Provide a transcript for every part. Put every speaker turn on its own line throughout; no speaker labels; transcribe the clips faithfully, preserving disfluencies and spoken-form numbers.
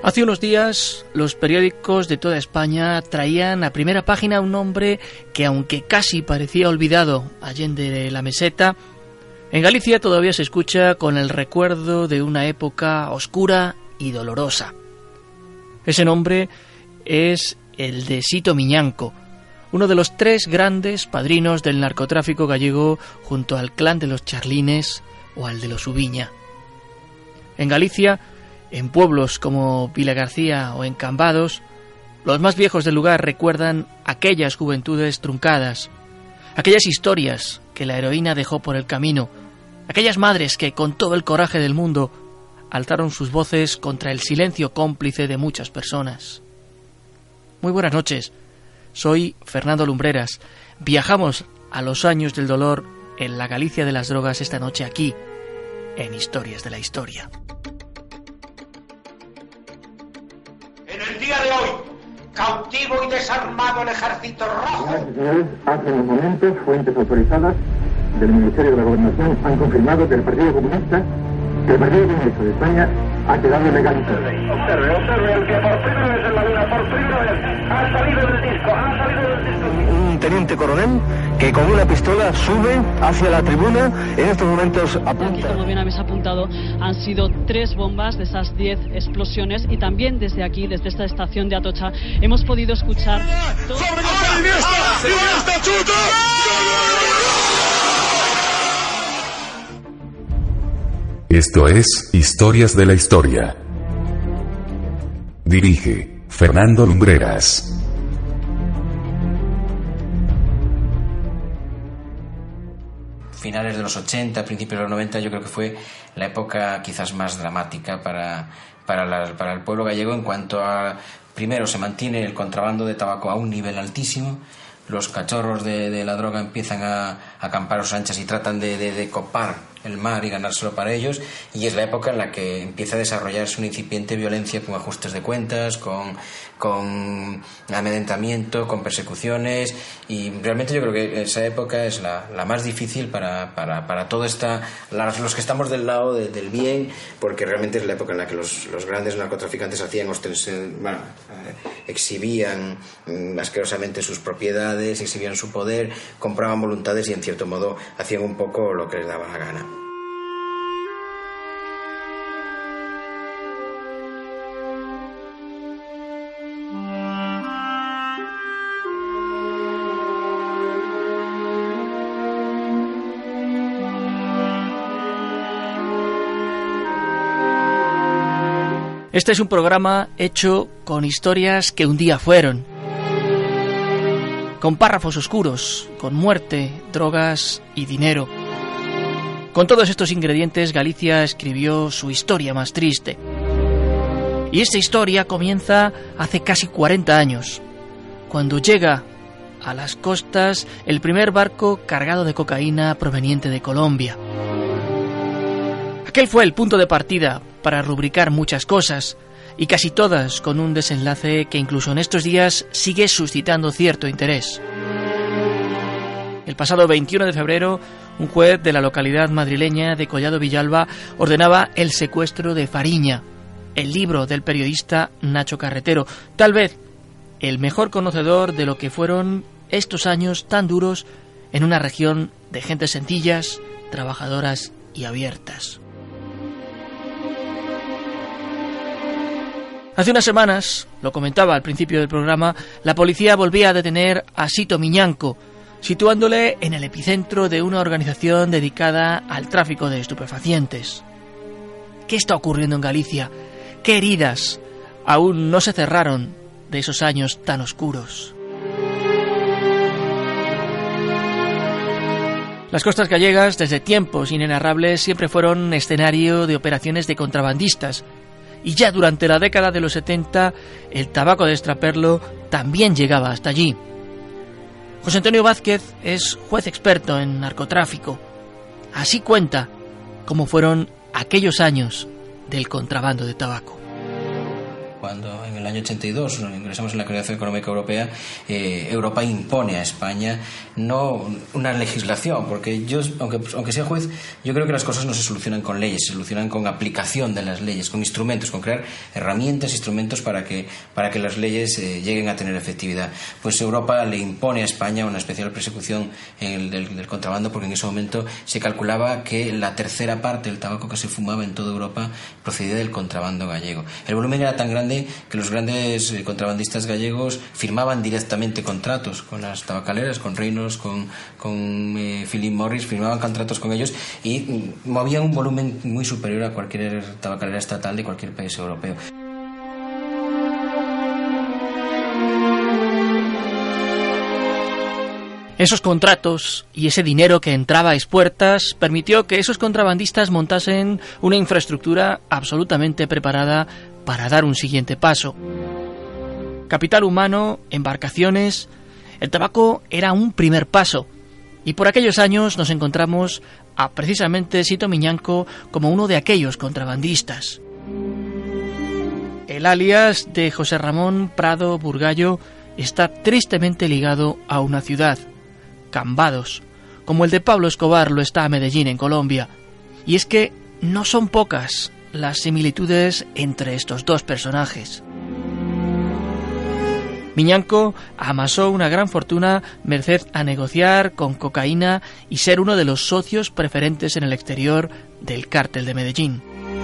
Hace unos días, los periódicos de toda España traían a primera página un hombre que, aunque casi parecía olvidado allende la meseta, en Galicia todavía se escucha con el recuerdo de una época oscura y dolorosa. Ese nombre es el de Sito Miñanco, uno de los tres grandes padrinos del narcotráfico gallego junto al clan de los Charlines o al de los Ubiña. En Galicia, en pueblos como Vilagarcía o en Cambados, los más viejos del lugar recuerdan aquellas juventudes truncadas, aquellas historias que la heroína dejó por el camino, aquellas madres que, con todo el coraje del mundo, alzaron sus voces contra el silencio cómplice de muchas personas. Muy buenas noches, soy Fernando Lumbreras. Viajamos a los años del dolor en la Galicia de las drogas esta noche aquí, en Historias de la Historia.
En el día de hoy, cautivo y desarmado el Ejército Rojo.
Hace unos momentos, fuentes autorizadas del Ministerio de la Gobernación han confirmado que el Partido Comunista, que el Partido Comunista de España ha quedado legalizado.
Observe, observe, el que por primera vez en la vida, por primera vez, ha salido del disco, ha salido del disco.
Un teniente coronel que con una pistola sube hacia la tribuna, en estos momentos apunta.
Aquí, como bien habéis apuntado, han sido tres bombas de esas diez explosiones y también desde aquí, desde esta estación de Atocha, hemos podido escuchar... Todo...
Esto es Historias de la Historia. Dirige Fernando Lumbreras.
Finales de los ochenta, principios de los noventa, yo creo que fue la época quizás más dramática para, para, la, para el pueblo gallego en cuanto a, primero, se mantiene el contrabando de tabaco a un nivel altísimo, los cachorros de, de la droga empiezan a, a acampar a sus anchas y tratan de, de, de copar el mar y ganárselo para ellos, y es la época en la que empieza a desarrollarse una incipiente violencia con ajustes de cuentas, con, con amedrentamiento, con persecuciones, y realmente yo creo que esa época es la, la más difícil para, para, para todo esta, los que estamos del lado de, del bien, porque realmente es la época en la que los, los grandes narcotraficantes hacían ostensión, bueno, eh, exhibían mm, asquerosamente sus propiedades, exhibían su poder, compraban voluntades y en cierto modo hacían un poco lo que les daba la gana.
Este es un programa hecho con historias que un día fueron, con párrafos oscuros, con muerte, drogas y dinero. Con todos estos ingredientes, Galicia escribió su historia más triste. Y esta historia comienza hace casi cuarenta años, cuando llega a las costas el primer barco cargado de cocaína proveniente de Colombia. Aquel fue el punto de partida para rubricar muchas cosas, y casi todas con un desenlace que incluso en estos días sigue suscitando cierto interés. El pasado veintiuno de febrero, un juez de la localidad madrileña de Collado Villalba ordenaba el secuestro de Fariña, el libro del periodista Nacho Carretero, tal vez el mejor conocedor de lo que fueron estos años tan duros en una región de gentes sencillas, trabajadoras y abiertas. Hace unas semanas, lo comentaba al principio del programa, la policía volvía a detener a Sito Miñanco, situándole en el epicentro de una organización dedicada al tráfico de estupefacientes. ¿Qué está ocurriendo en Galicia? ¿Qué heridas aún no se cerraron de esos años tan oscuros? Las costas gallegas, desde tiempos inenarrables, siempre fueron escenario de operaciones de contrabandistas, y ya durante la década de los setenta el tabaco de extraperlo también llegaba hasta allí. José Antonio Vázquez es juez experto en narcotráfico. Así cuenta cómo fueron aquellos años del contrabando de tabaco.
Cuando en el año ochenta y dos, ingresamos en la Comunidad Económica Europea, eh, Europa impone a España no una legislación, porque yo, aunque, aunque sea juez, yo creo que las cosas no se solucionan con leyes, se solucionan con aplicación de las leyes, con instrumentos, con crear herramientas, instrumentos para que, para que las leyes eh, lleguen a tener efectividad. Pues Europa le impone a España una especial persecución en el, del, del contrabando, porque en ese momento se calculaba que la tercera parte del tabaco que se fumaba en toda Europa procedía del contrabando gallego. El volumen era tan grande que los grandes eh, contrabandistas gallegos firmaban directamente contratos con las tabacaleras, con Reynolds, con, con eh, Philip Morris, firmaban contratos con ellos y mm, movían un volumen muy superior a cualquier tabacalera estatal de cualquier país europeo.
Esos contratos y ese dinero que entraba a expuertas permitió que esos contrabandistas montasen una infraestructura absolutamente preparada para dar un siguiente paso. Capital humano, embarcaciones. El tabaco era un primer paso, y por aquellos años nos encontramos a precisamente Sito Miñanco como uno de aquellos contrabandistas. El alias de José Ramón Prado Burgallo está tristemente ligado a una ciudad, Cambados, como el de Pablo Escobar lo está a Medellín, en Colombia. Y es que no son pocas las similitudes entre estos dos personajes. Miñanco amasó una gran fortuna merced a negociar con cocaína y ser uno de los socios preferentes en el exterior del cártel de Medellín.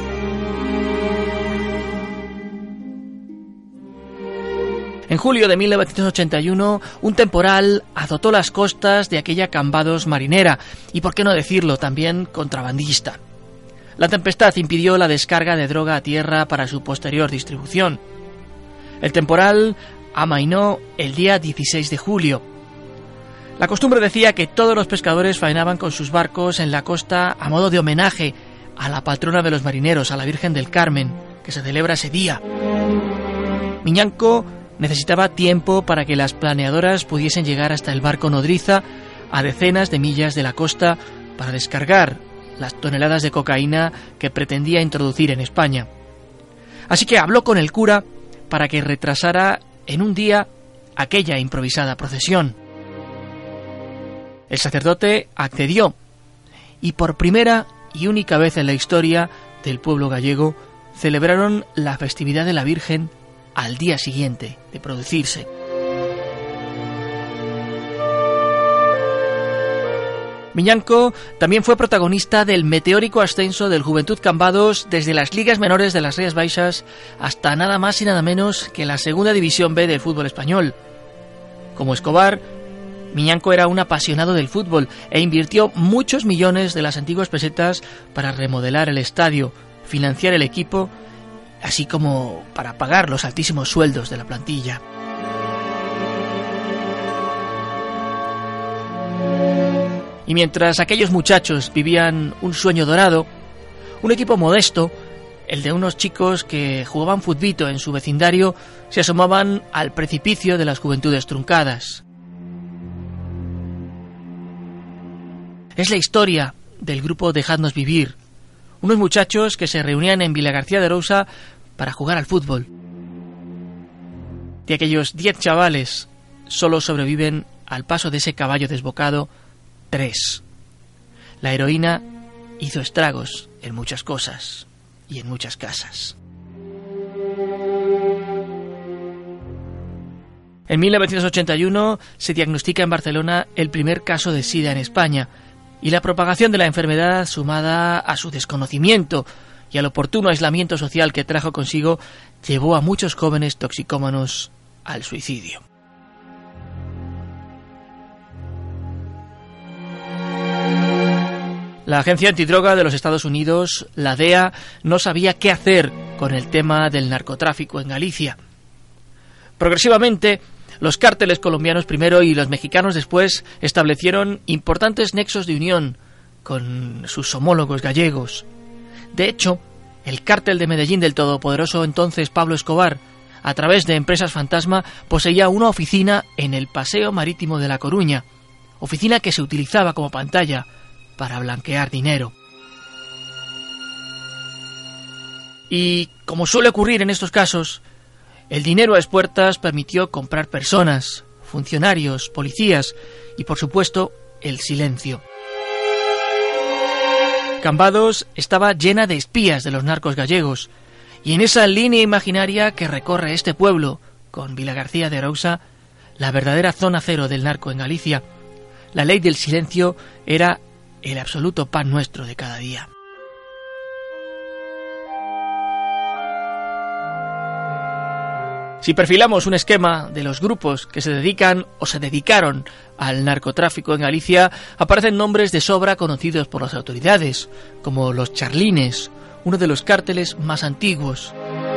En julio de mil novecientos ochenta y uno, un temporal azotó las costas de aquella Cambados marinera y, por qué no decirlo, también contrabandista. La tempestad impidió la descarga de droga a tierra para su posterior distribución. El temporal amainó el día dieciséis de julio. La costumbre decía que todos los pescadores faenaban con sus barcos en la costa a modo de homenaje a la patrona de los marineros, a la Virgen del Carmen, que se celebra ese día. Miñanco necesitaba tiempo para que las planeadoras pudiesen llegar hasta el barco nodriza a decenas de millas de la costa para descargar las toneladas de cocaína que pretendía introducir en España. Así que habló con el cura para que retrasara en un día aquella improvisada procesión. El sacerdote accedió y por primera y única vez en la historia del pueblo gallego celebraron la festividad de la Virgen al día siguiente de producirse. Miñanco también fue protagonista del meteórico ascenso del Juventud Cambados desde las ligas menores de las Rías Baixas hasta nada más y nada menos que la segunda división B del fútbol español. Como Escobar, Miñanco era un apasionado del fútbol e invirtió muchos millones de las antiguas pesetas para remodelar el estadio, financiar el equipo, así como para pagar los altísimos sueldos de la plantilla. Y mientras aquellos muchachos vivían un sueño dorado, un equipo modesto, el de unos chicos que jugaban futbito en su vecindario, se asomaban al precipicio de las juventudes truncadas. Es la historia del grupo Dejadnos Vivir, unos muchachos que se reunían en Vilagarcía de Arousa para jugar al fútbol. De aquellos diez chavales, solo sobreviven al paso de ese caballo desbocado tres. La heroína hizo estragos en muchas cosas y en muchas casas. En mil novecientos ochenta y uno se diagnostica en Barcelona el primer caso de SIDA en España, y la propagación de la enfermedad, sumada a su desconocimiento y al oportuno aislamiento social que trajo consigo, llevó a muchos jóvenes toxicómanos al suicidio. La Agencia Antidroga de los Estados Unidos, la D E A, no sabía qué hacer con el tema del narcotráfico en Galicia. Progresivamente, los cárteles colombianos primero y los mexicanos después establecieron importantes nexos de unión con sus homólogos gallegos. De hecho, el cártel de Medellín del todopoderoso entonces Pablo Escobar, a través de empresas fantasma, poseía una oficina en el Paseo Marítimo de La Coruña, oficina que se utilizaba como pantalla para blanquear dinero. Y, como suele ocurrir en estos casos, El dinero a expuertas permitió comprar personas, funcionarios, policías y, por supuesto, el silencio. Cambados estaba llena de espías de los narcos gallegos, y en esa línea imaginaria que recorre este pueblo, con Vilagarcía de Arousa, la verdadera zona cero del narco en Galicia, la ley del silencio era el absoluto pan nuestro de cada día. Si perfilamos un esquema de los grupos que se dedican o se dedicaron al narcotráfico en Galicia, aparecen nombres de sobra conocidos por las autoridades, como los Charlines, uno de los cárteles más antiguos.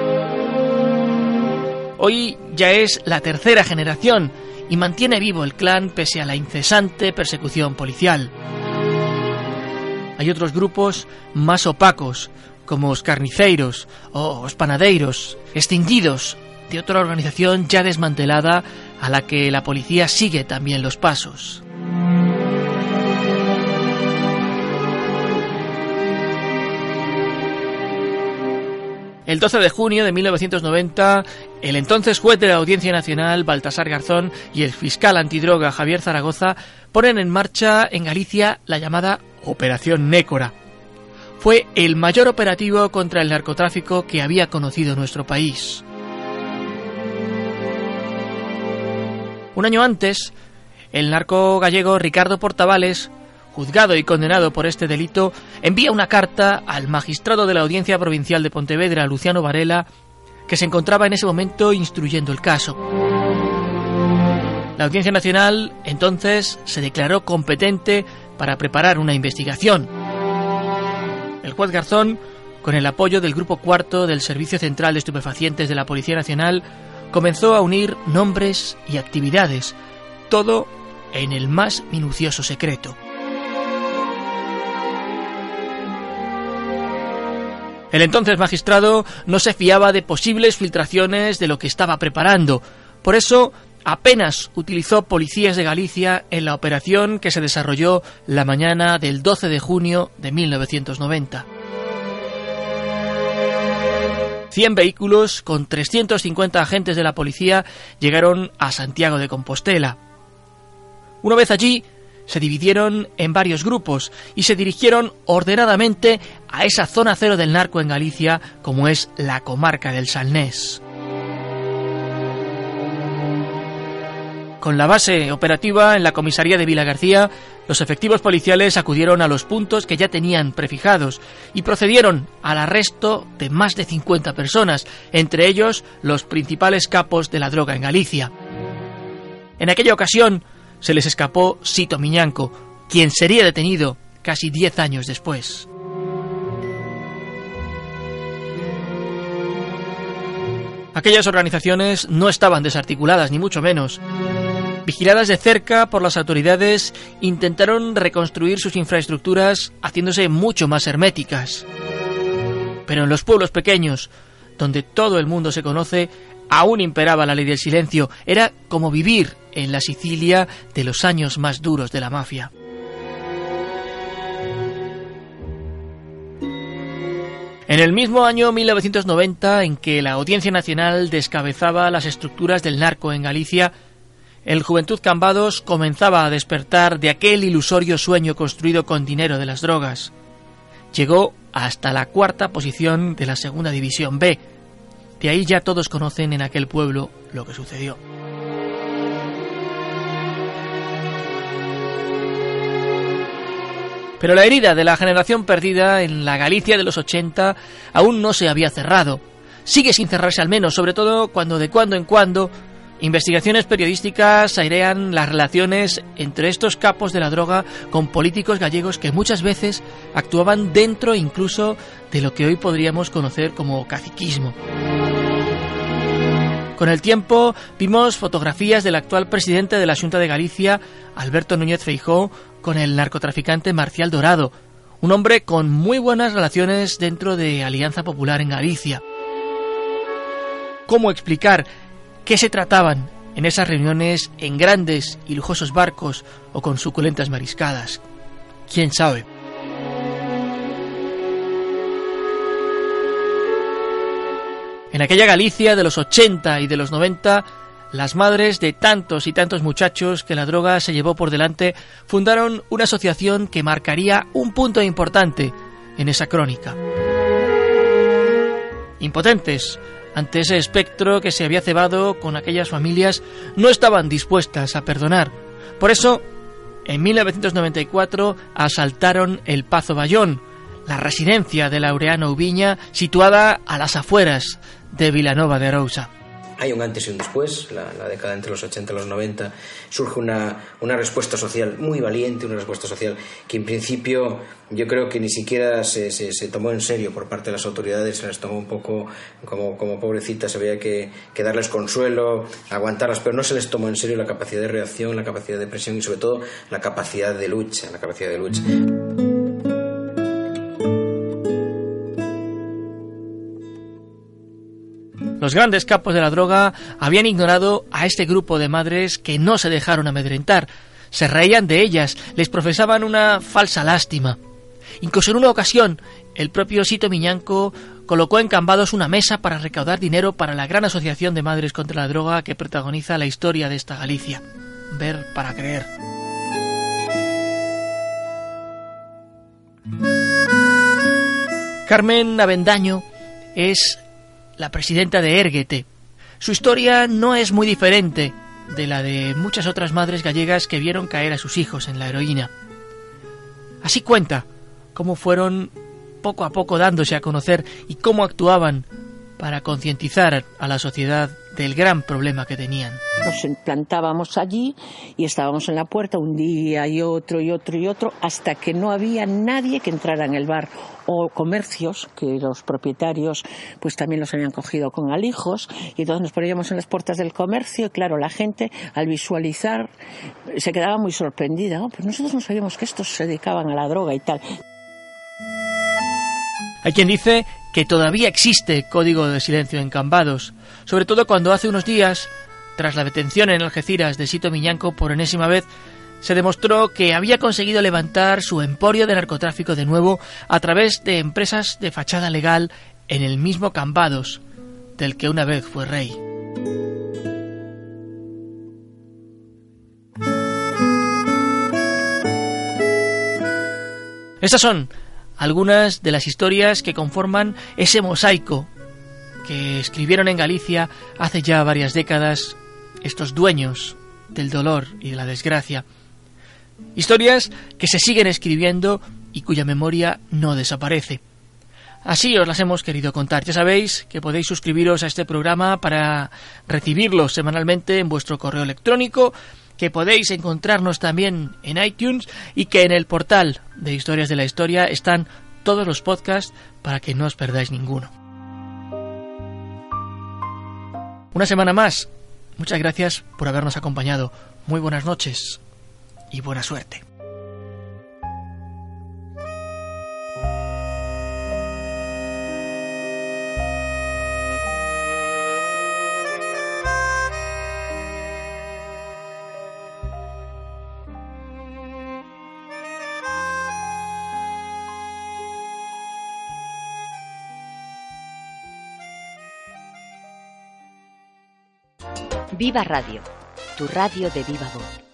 Hoy ya es la tercera generación y mantiene vivo el clan pese a la incesante persecución policial. Hay otros grupos más opacos, como os carniceiros o os panadeiros, extinguidos de otra organización ya desmantelada a la que la policía sigue también los pasos. El doce de junio de mil novecientos noventa, el entonces juez de la Audiencia Nacional, Baltasar Garzón, y el fiscal antidroga, Javier Zaragoza, ponen en marcha en Galicia la llamada Operación Nécora. Fue el mayor operativo contra el narcotráfico que había conocido nuestro país. Un año antes, el narco gallego Ricardo Portavales, juzgado y condenado por este delito, envía una carta al magistrado de la Audiencia Provincial de Pontevedra, Luciano Varela, que se encontraba en ese momento instruyendo el caso. La Audiencia Nacional, entonces, se declaró competente para preparar una investigación. El juez Garzón, con el apoyo del Grupo Cuarto del Servicio Central de Estupefacientes de la Policía Nacional, comenzó a unir nombres y actividades, todo en el más minucioso secreto. El entonces magistrado no se fiaba de posibles filtraciones de lo que estaba preparando, por eso apenas utilizó policías de Galicia en la operación que se desarrolló la mañana del doce de junio de mil novecientos noventa. cien vehículos con trescientos cincuenta agentes de la policía llegaron a Santiago de Compostela. Una vez allí, se dividieron en varios grupos y se dirigieron ordenadamente a esa zona cero del narco en Galicia, como es la comarca del Salnés. Con la base operativa en la comisaría de Vilagarcía, los efectivos policiales acudieron a los puntos que ya tenían prefijados y procedieron al arresto de más de cincuenta personas, entre ellos los principales capos de la droga en Galicia. En aquella ocasión se les escapó Sito Miñanco, quien sería detenido casi diez años después. Aquellas organizaciones no estaban desarticuladas, ni mucho menos. Vigiladas de cerca por las autoridades, intentaron reconstruir sus infraestructuras haciéndose mucho más herméticas. Pero en los pueblos pequeños, donde todo el mundo se conoce, aún imperaba la ley del silencio. Era como vivir en la Sicilia de los años más duros de la mafia. En el mismo año mil novecientos noventa, en que la Audiencia Nacional descabezaba las estructuras del narco en Galicia, el Juventud Cambados comenzaba a despertar de aquel ilusorio sueño construido con dinero de las drogas. Llegó hasta la cuarta posición de la Segunda División B. De ahí ya todos conocen en aquel pueblo lo que sucedió. Pero la herida de la generación perdida en la Galicia de los ochenta aún no se había cerrado. Sigue sin cerrarse al menos, sobre todo cuando de cuando en cuando investigaciones periodísticas airean las relaciones entre estos capos de la droga con políticos gallegos que muchas veces actuaban dentro incluso de lo que hoy podríamos conocer como caciquismo. Con el tiempo vimos fotografías del actual presidente de la Xunta de Galicia, Alberto Núñez Feijóo, con el narcotraficante Marcial Dorado, un hombre con muy buenas relaciones dentro de Alianza Popular en Galicia. ¿Cómo explicar qué se trataban en esas reuniones en grandes y lujosos barcos o con suculentas mariscadas? ¿Quién sabe? En En aquella Galicia de los ochenta y de los noventa, las madres de tantos y tantos muchachos que la droga se llevó por delante fundaron una asociación que marcaría un punto importante en esa crónica. Impotentes ante ese espectro que se había cebado con aquellas familias, no estaban dispuestas a perdonar. Por eso, en mil novecientos noventa y cuatro asaltaron el Pazo Bayón, la residencia de Laureano Ubiña, situada a las afueras de Vilanova de Arousa.
Hay un antes y un después, la, la década entre los ochenta y los noventa, surge una, una respuesta social muy valiente, una respuesta social que en principio yo creo que ni siquiera se, se, se tomó en serio por parte de las autoridades, se les tomó un poco como, como pobrecitas, había que, que darles consuelo, aguantarlas, pero no se les tomó en serio la capacidad de reacción, la capacidad de presión y sobre todo la capacidad de lucha, la capacidad de lucha.
Los grandes capos de la droga habían ignorado a este grupo de madres que no se dejaron amedrentar. Se reían de ellas, les profesaban una falsa lástima. Incluso en una ocasión, el propio Sito Miñanco colocó en Cambados una mesa para recaudar dinero para la gran asociación de madres contra la droga que protagoniza la historia de esta Galicia. Ver para creer. Carmen Avendaño es la presidenta de Érguete. Su historia no es muy diferente de la de muchas otras madres gallegas que vieron caer a sus hijos en la heroína. Así cuenta cómo fueron poco a poco dándose a conocer y cómo actuaban para concientizar a la sociedad del gran problema que tenían.
Nos plantábamos allí y estábamos en la puerta un día y otro y otro y otro hasta que no había nadie que entrara en el bar, o comercios que los propietarios pues también los habían cogido con alijos, y entonces nos poníamos en las puertas del comercio y claro, la gente al visualizar se quedaba muy sorprendida. Oh, pues nosotros no sabíamos que estos se dedicaban a la droga y tal.
Hay quien dice que todavía existe código de silencio en Cambados, sobre todo cuando hace unos días, tras la detención en Algeciras de Sito Miñanco por enésima vez, se demostró que había conseguido levantar su emporio de narcotráfico de nuevo a través de empresas de fachada legal en el mismo Cambados, del que una vez fue rey. Estas son algunas de las historias que conforman ese mosaico que escribieron en Galicia hace ya varias décadas estos dueños del dolor y de la desgracia. Historias que se siguen escribiendo y cuya memoria no desaparece. Así os las hemos querido contar. Ya sabéis que podéis suscribiros a este programa para recibirlo semanalmente en vuestro correo electrónico, que podéis encontrarnos también en iTunes y que en el portal de Historias de la Historia están todos los podcasts para que no os perdáis ninguno. Una semana más. Muchas gracias por habernos acompañado. Muy buenas noches y buena suerte.
Viva Radio, tu radio de viva voz.